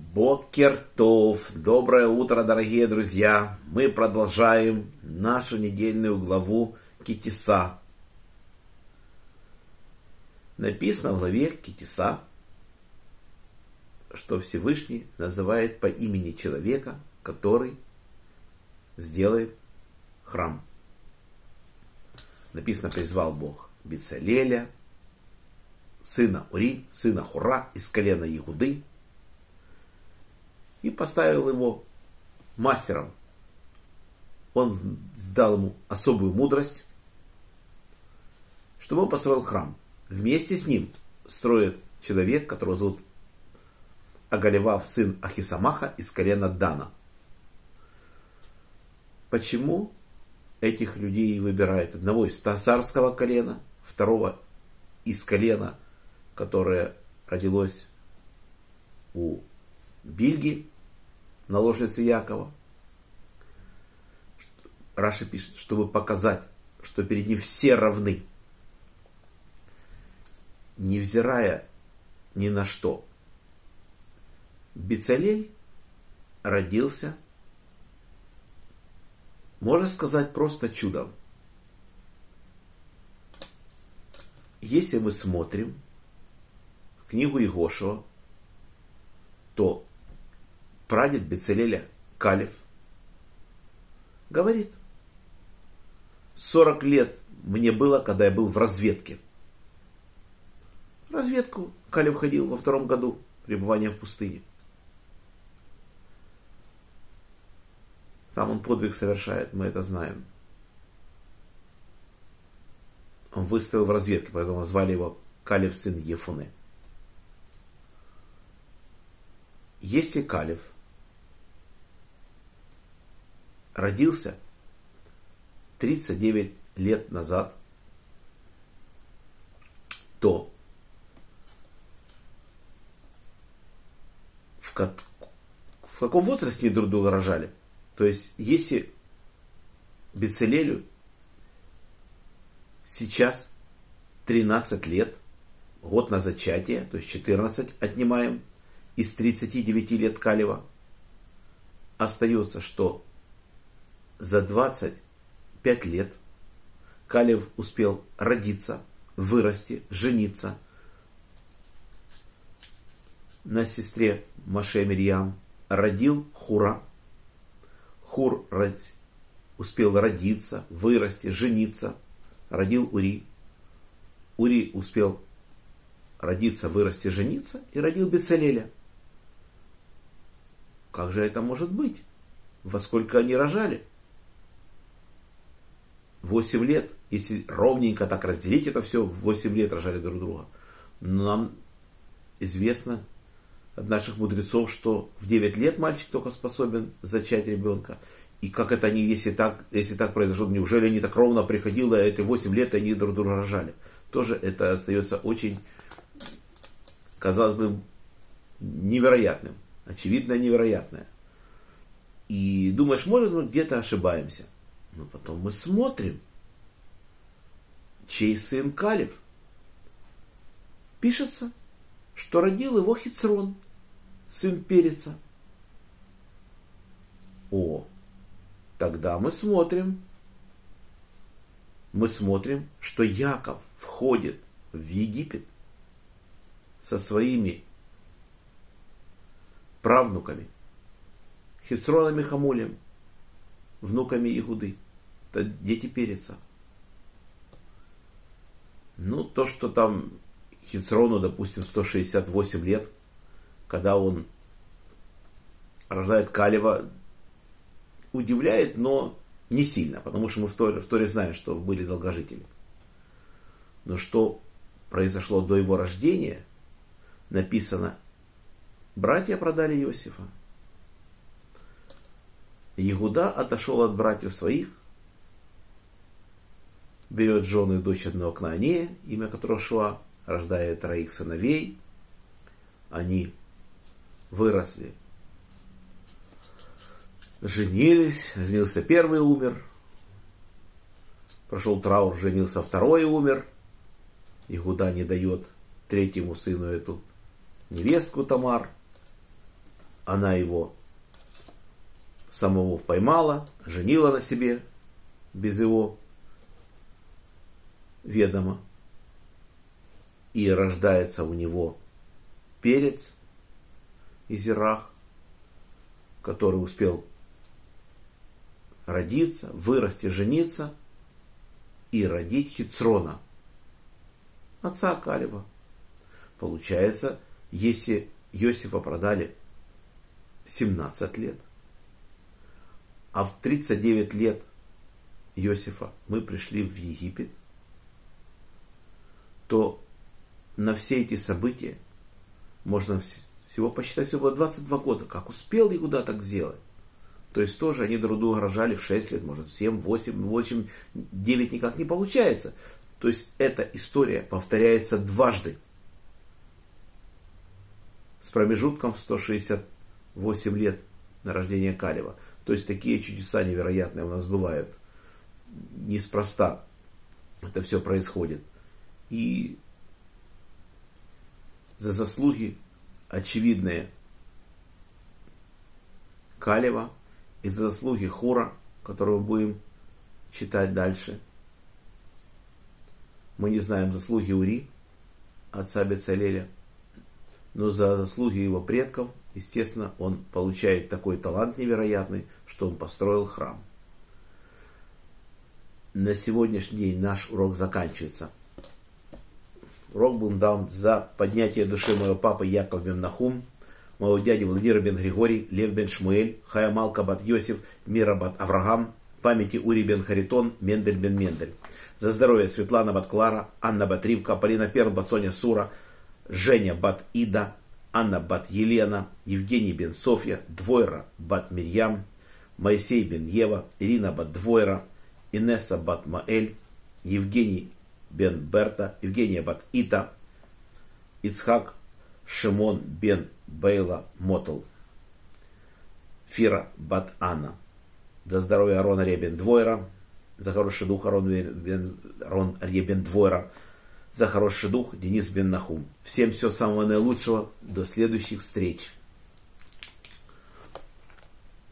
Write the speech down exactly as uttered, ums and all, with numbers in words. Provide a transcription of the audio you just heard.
Бокер Тов. Доброе утро, дорогие друзья. Мы продолжаем нашу недельную главу Ки-Тиса. Написано в главе Ки-Тиса, что Всевышний называет по имени человека, который сделает храм. Написано, призвал Бог Бецалеля, сына Ури, сына Хура из колена Иуды, и поставил его мастером. Он дал ему особую мудрость, чтобы он построил храм. Вместе с ним строит человек, которого зовут Агаливав, сын Ахисамаха из колена Дана. Почему этих людей выбирает? Одного из царского колена, второго из колена, которое родилось у Бильги, наложницы Якова. Раши пишет, чтобы показать, что перед ним все равны, невзирая ни на что. Бецалель родился, можно сказать, просто чудом. Если мы смотрим в книгу Егошуа, то прадед Бецалеля Калев говорит: сорок лет мне было, когда я был в разведке. В разведку Калев ходил во втором году пребывания в пустыне. Там он подвиг совершает, мы это знаем. Он выстоял в разведке, поэтому назвали его Калев, сын Ефуне. Если Калев родился тридцать девять лет назад, то в, как, в каком возрасте они друг друга рожали? То есть, если Бецалелю сейчас тринадцать лет, год на зачатие, то есть четырнадцать отнимаем из тридцати девяти лет Калева, остается, что за двадцать пять лет Калев успел родиться, вырасти, жениться на сестре Моше Мирьям, родил Хура. Хур успел родиться, вырасти, жениться, родил Ури. Ури успел родиться, вырасти, жениться и родил Бецалеля. Как же это может быть? Во сколько они рожали? Восемь лет. Если ровненько так разделить это все, в восемь лет рожали друг друга. Но нам известно от наших мудрецов, что в девять лет мальчик только способен зачать ребенка. И как это они, если так, если так произошло, неужели они так ровно приходило, а эти восемь лет они друг друга рожали? Тоже это остается очень, казалось бы, невероятным. Очевидно, невероятное. И думаешь, может, мы где-то ошибаемся. Но потом мы смотрим, чей сын Калев. Пишется, что родил его Хицрон, сын Переца. О, тогда мы смотрим, мы смотрим, что Яков входит в Египет со своими правнуками, Хицроном и Хамулем, внуками Иуды. Это дети Переца. Ну, то, что там Хицрону, допустим, сто шестьдесят восемь лет, когда он рождает Калева, удивляет, но не сильно, потому что мы в Торе, в Торе знаем, что были долгожители. Но что произошло до его рождения, написано: братья продали Иосифа. Иуда отошел от братьев своих, берет жену и дочь одного Кнаанея, имя которого Шуа, рождает троих сыновей. Они выросли, женились. Женился первый, умер. Прошел траур, женился второй, умер. Иуда не дает третьему сыну эту невестку Тамар. она его самого поймала, женила на себе без его ведома. И рождается у него Перец и Зерах, который успел родиться, вырасти, жениться и родить Хицрона, отца Калеба. Получается, если Иосифа продали в семнадцать лет, а в тридцать девять лет Иосифа мы пришли в Египет, то на все эти события можно всего посчитать, всего было двадцать два года. Как успел Иуда так сделать? То есть тоже они друг друга рожали в шесть лет, может в семь, восемь, восемь, девять никак не получается. То есть эта история повторяется дважды. С промежутком в сто шестьдесят восемь лет на рождение Калеба. То есть такие чудеса невероятные у нас бывают. Неспроста это все происходит. И за заслуги очевидные Калеба и за заслуги Хура, которого будем читать дальше. Мы не знаем заслуги Ури, отца Бецалеля, но за заслуги его предков, естественно, он получает такой талант невероятный, что он построил храм. На сегодняшний день наш урок заканчивается. Урок был дан за поднятие души моего папы Яков бен Нахум, моего дяди Владимира бен Григорий, Лев бен Шмуэль, Хая Малка бат Йосиф, Мира бат Авраам, памяти Ури бен Харитон, Мендель бен Мендель. За здоровье Светлана бат Клара, Анна бат Ривка, Полина Перл бат Соня Сура, Женя бат Ида, Анна бат Елена, Евгений бен Софья, Двойра бат Мирьям, Моисей бен Ева, Ирина бат Двойра, Инесса бат Маэль, Евгений бен Берта, Евгения бат Ита, Ицхак Шимон бен Бейла Мотл, Фира бат Анна. За здоровье Арона Ребен Двойра, за хороший дух Арон, бен, Арон Ребен Двойра, за хороший дух Денис бен Нахум. Всем всего самого наилучшего. До следующих встреч.